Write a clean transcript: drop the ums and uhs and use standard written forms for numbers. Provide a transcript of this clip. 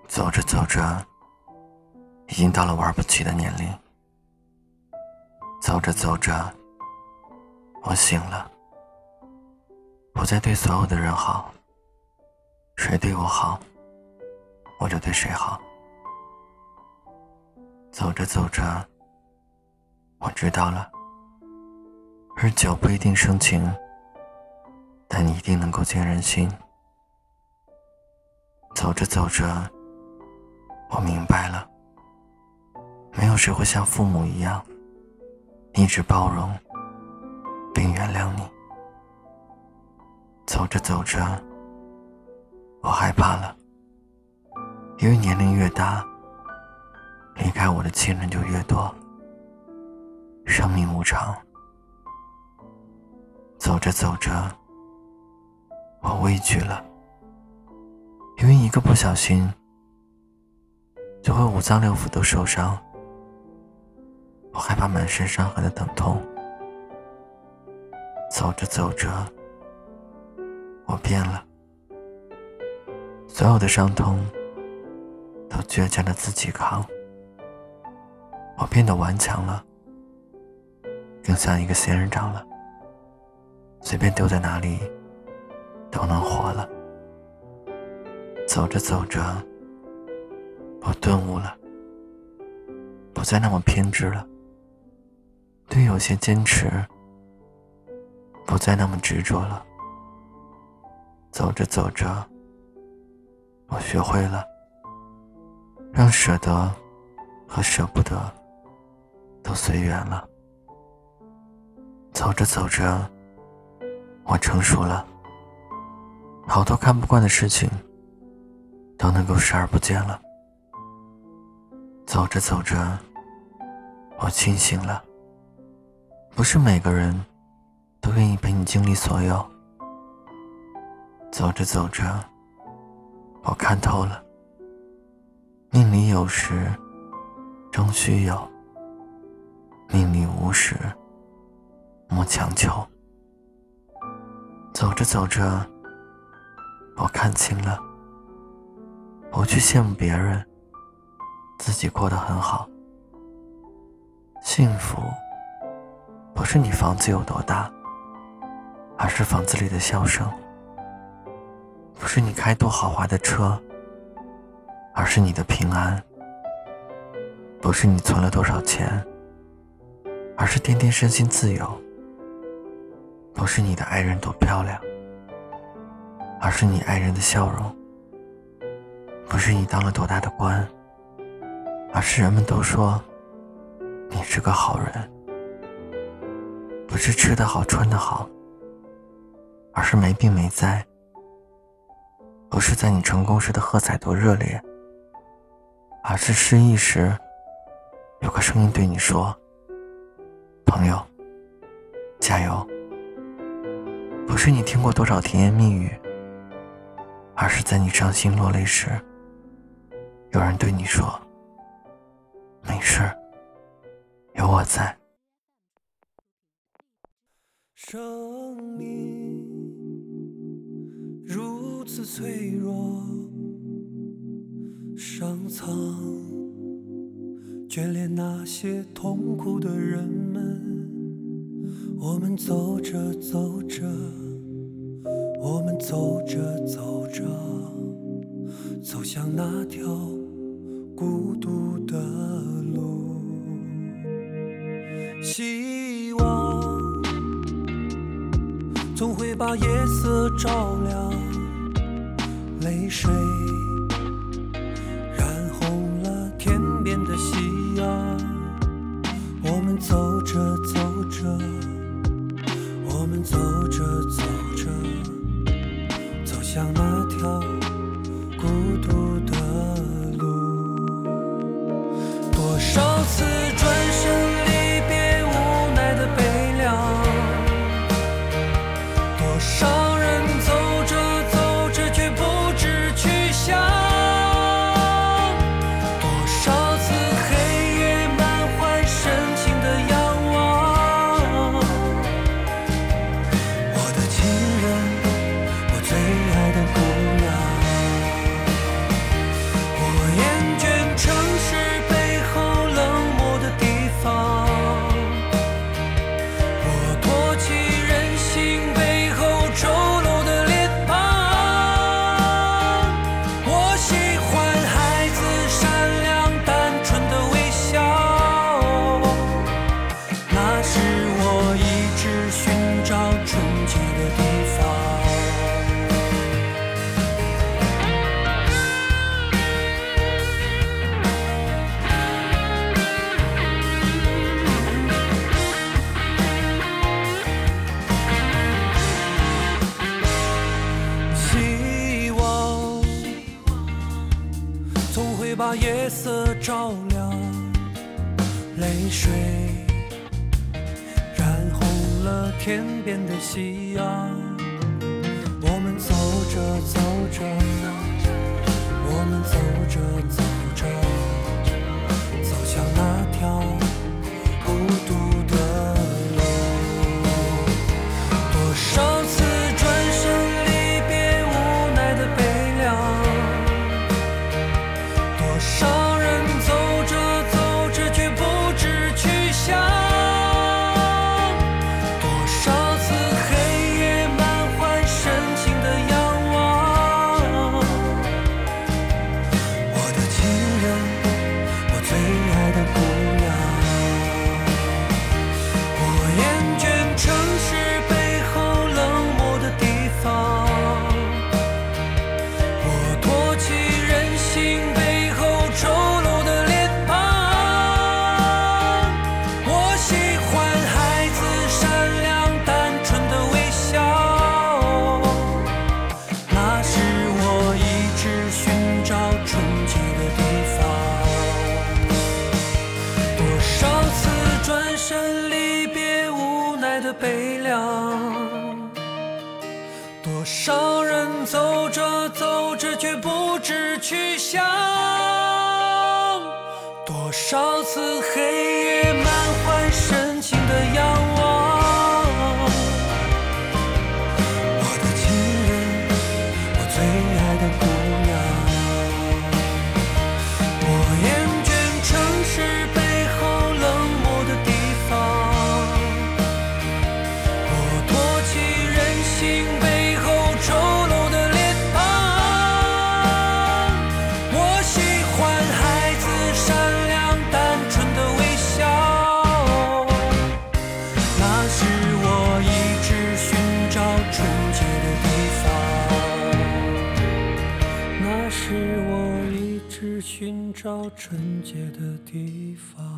走着走着，已经到了玩不起的年龄。走着走着，我醒了，不再对所有的人好，谁对我好，我就对谁好。走着走着，我知道了，日久不一定生情，但你一定能够见人心。走着走着，我明白了，没有谁会像父母一样一直包容并原谅你。走着走着，我害怕了，因为年龄越大，离开我的亲人就越多。生命无常，走着走着，我畏惧了，因为一个不小心就会五脏六腑都受伤。我害怕满身伤痕的疼痛。走着走着，我变了，所有的伤痛都倔强的自己扛。我变得顽强了，更像一个仙人掌了，随便丢在哪里都能活了。走着走着，我顿悟了，不再那么偏执了，对有些坚持不再那么执着了。走着走着，我学会了让舍得和舍不得都随缘了。走着走着，我成熟了，好多看不惯的事情都能够视而不见了。走着走着，我清醒了，不是每个人都愿意陪你经历所有。走着走着，我看透了，命里有时终须有，命里无时莫强求。走着走着，我看清了，不去羡慕别人，自己过得很好。幸福不是你房子有多大，而是房子里的笑声；不是你开多豪华的车，而是你的平安；不是你存了多少钱，而是天天身心自由；不是你的爱人多漂亮，而是你爱人的笑容；不是你当了多大的官，而是人们都说你是个好人；不是吃得好穿得好，而是没病没灾；不是在你成功时的喝彩多热烈，而是失意时有个声音对你说，朋友加油；不是你听过多少甜言蜜语，而是在你伤心落泪时有人对你说，没事，有我在。 生命如此脆弱，上苍眷恋那些痛苦的人们。我们走着走着，我们走着走着，走向那条孤独的路。希望总会把夜色照亮，泪水染红了天边的夕阳。我们走着走着，我们走着走着，走向那条孤独的路。多少次转身离别，无奈的悲凉，多少人走着走着却不知去向，多少次黑夜满怀深情的仰望。我的情人，我最爱的姑娘。 把夜色照亮，泪水染红了天边的夕阳。我们走着走着，我们走着走着，走向那条孤独的路。多少次转身离别，无奈的悲凉。多少人走着走着却不知去向。多少次黑夜满怀深情的仰望。我的情人，我最爱的姑娘。我厌倦城市背后冷漠的地方。我唾弃人性背后丑陋的脸庞。我喜欢孩子善良单纯的微笑，那是我一直寻找纯洁的地方。多少次转身离别，无奈的悲凉。多少人走着走着却不知去向。多少次黑夜满怀深情的仰望。我的情人，我最爱的姑娘。我厌倦城市背后冷漠的地方。我唾弃人性背后丑陋的脸庞。我喜欢孩子善良单纯的微笑，那是我一直寻找纯洁的地方。那是我一直寻找纯洁的地方。